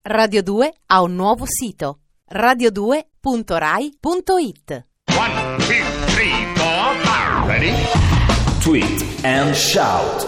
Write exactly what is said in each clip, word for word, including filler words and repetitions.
Radio due ha un nuovo sito, radio due punto rai punto it. One, two, three, four, five. Ready? Tweet and Shout.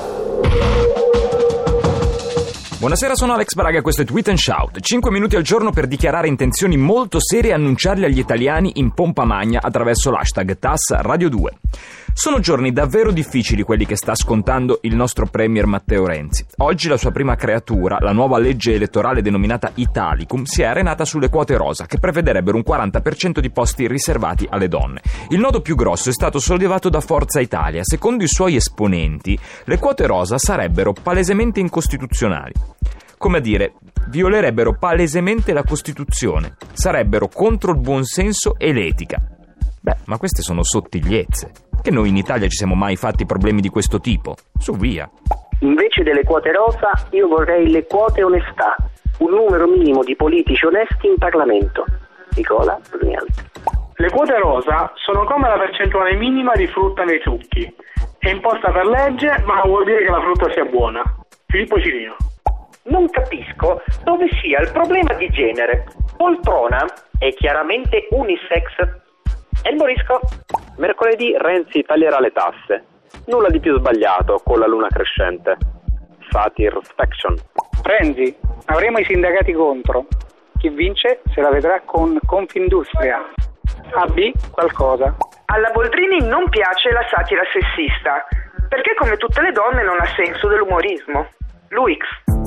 Buonasera, sono Alex Braga e questo è Tweet and Shout. cinque minuti al giorno per dichiarare intenzioni molto serie e annunciarle agli italiani in pompa magna attraverso l'hashtag T A S Radio due. Sono giorni davvero difficili quelli che sta scontando il nostro premier Matteo Renzi. Oggi la sua prima creatura, la nuova legge elettorale denominata Italicum, si è arenata sulle quote rosa, che prevederebbero un quaranta per cento di posti riservati alle donne. Il nodo più grosso è stato sollevato da Forza Italia. Secondo i suoi esponenti, le quote rosa sarebbero palesemente incostituzionali. Come a dire, violerebbero palesemente la Costituzione, sarebbero contro il buonsenso e l'etica. Beh, ma queste sono sottigliezze. Che noi in Italia ci siamo mai fatti problemi di questo tipo? Su, via. Invece delle quote rosa, io vorrei le quote onestà, un numero minimo di politici onesti in Parlamento. Nicola Brunialti. Le quote rosa sono come la percentuale minima di frutta nei succhi. È imposta per legge, ma non vuol dire che la frutta sia buona. Filippo Cirino. Non capisco dove sia il problema di genere. Poltrona è chiaramente unisex. E il Morisco? Mercoledì Renzi taglierà le tasse. Nulla di più sbagliato con la luna crescente. Satisfaction. Renzi, avremo i sindacati contro. Chi vince se la vedrà con Confindustria. A B qualcosa. Alla Boldrini non piace la satira sessista, perché come tutte le donne non ha senso dell'umorismo. Luix.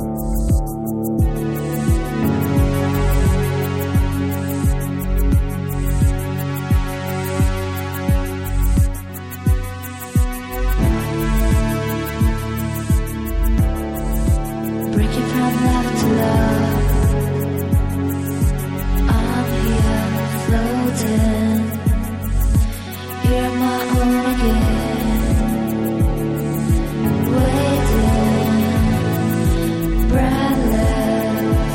Breaking from love to love, I'm here floating, here on my own again, waiting, breathless,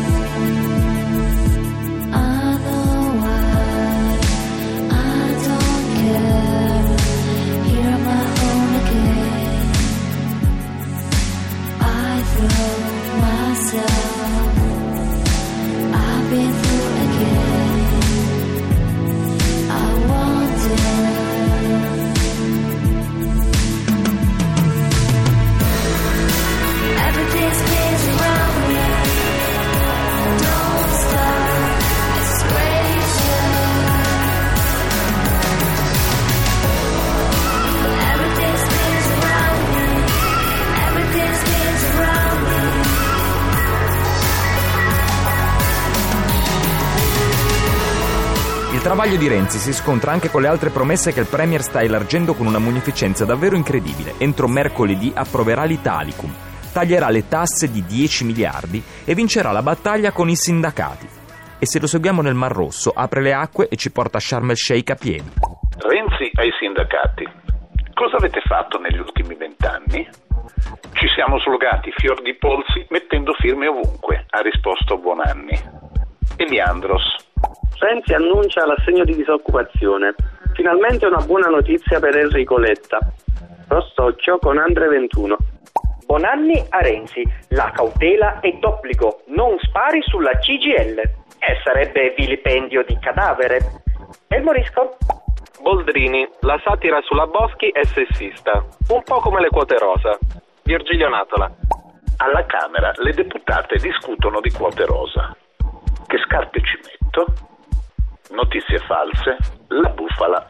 I know why, I don't care, here on my own again, I throw myself, I've been through again, I wonder, everything spins around me, don't stop, it's raging, everything spins around me, everything spins around me. Il travaglio di Renzi si scontra anche con le altre promesse che il premier sta elargendo con una munificenza davvero incredibile. Entro mercoledì approverà l'Italicum, taglierà le tasse di dieci miliardi e vincerà la battaglia con i sindacati. E se lo seguiamo nel Mar Rosso, apre le acque e ci porta a Sharm el Sheikh a piedi. Renzi ai sindacati. Cosa avete fatto negli ultimi vent'anni? Ci siamo slogati fior di polsi mettendo firme ovunque, ha risposto Buonanni. Eliandros. Renzi annuncia l'assegno di disoccupazione. Finalmente una buona notizia per Enrico Letta. Rostocchio con Andre ventuno. Bonanni a Renzi, la cautela è d'obbligo, non spari sulla C G I L. E sarebbe vilipendio di cadavere. E il Morisco? Boldrini, la satira sulla Boschi è sessista, un po' come le quote rosa. Virgilio Natola. Alla Camera le deputate discutono di quote rosa. Che scarpe ci metto? Notizie false, la bufala.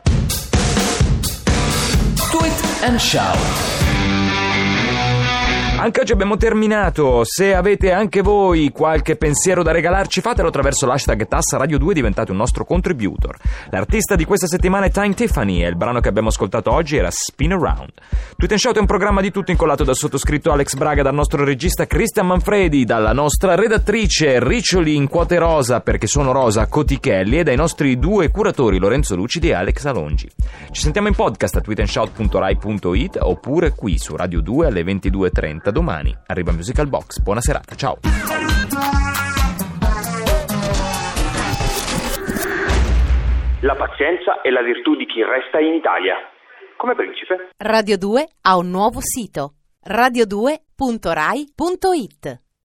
Tweet and Shout. Anche oggi abbiamo terminato. Se avete anche voi qualche pensiero da regalarci, fatelo attraverso l'hashtag T A S Radio due, diventate un nostro contributor. L'artista di questa settimana è Time Tiffany e il brano che abbiamo ascoltato oggi era Spin Around. Tweet and Shout è un programma di tutto incollato dal sottoscritto Alex Braga, dal nostro regista Cristian Manfredi, dalla nostra redattrice Riccioli in quote rosa perché sono rosa Cotichelli e dai nostri due curatori Lorenzo Lucidi e Alex Alongi. Ci sentiamo in podcast a tweet and shout punto rai punto it oppure qui su Radio due alle ventidue e trenta domani. Arriva Musical Box. Buona serata, ciao. La pazienza è la virtù di chi resta in Italia. Come principe. Radio due ha un nuovo sito, radio due punto rai punto it.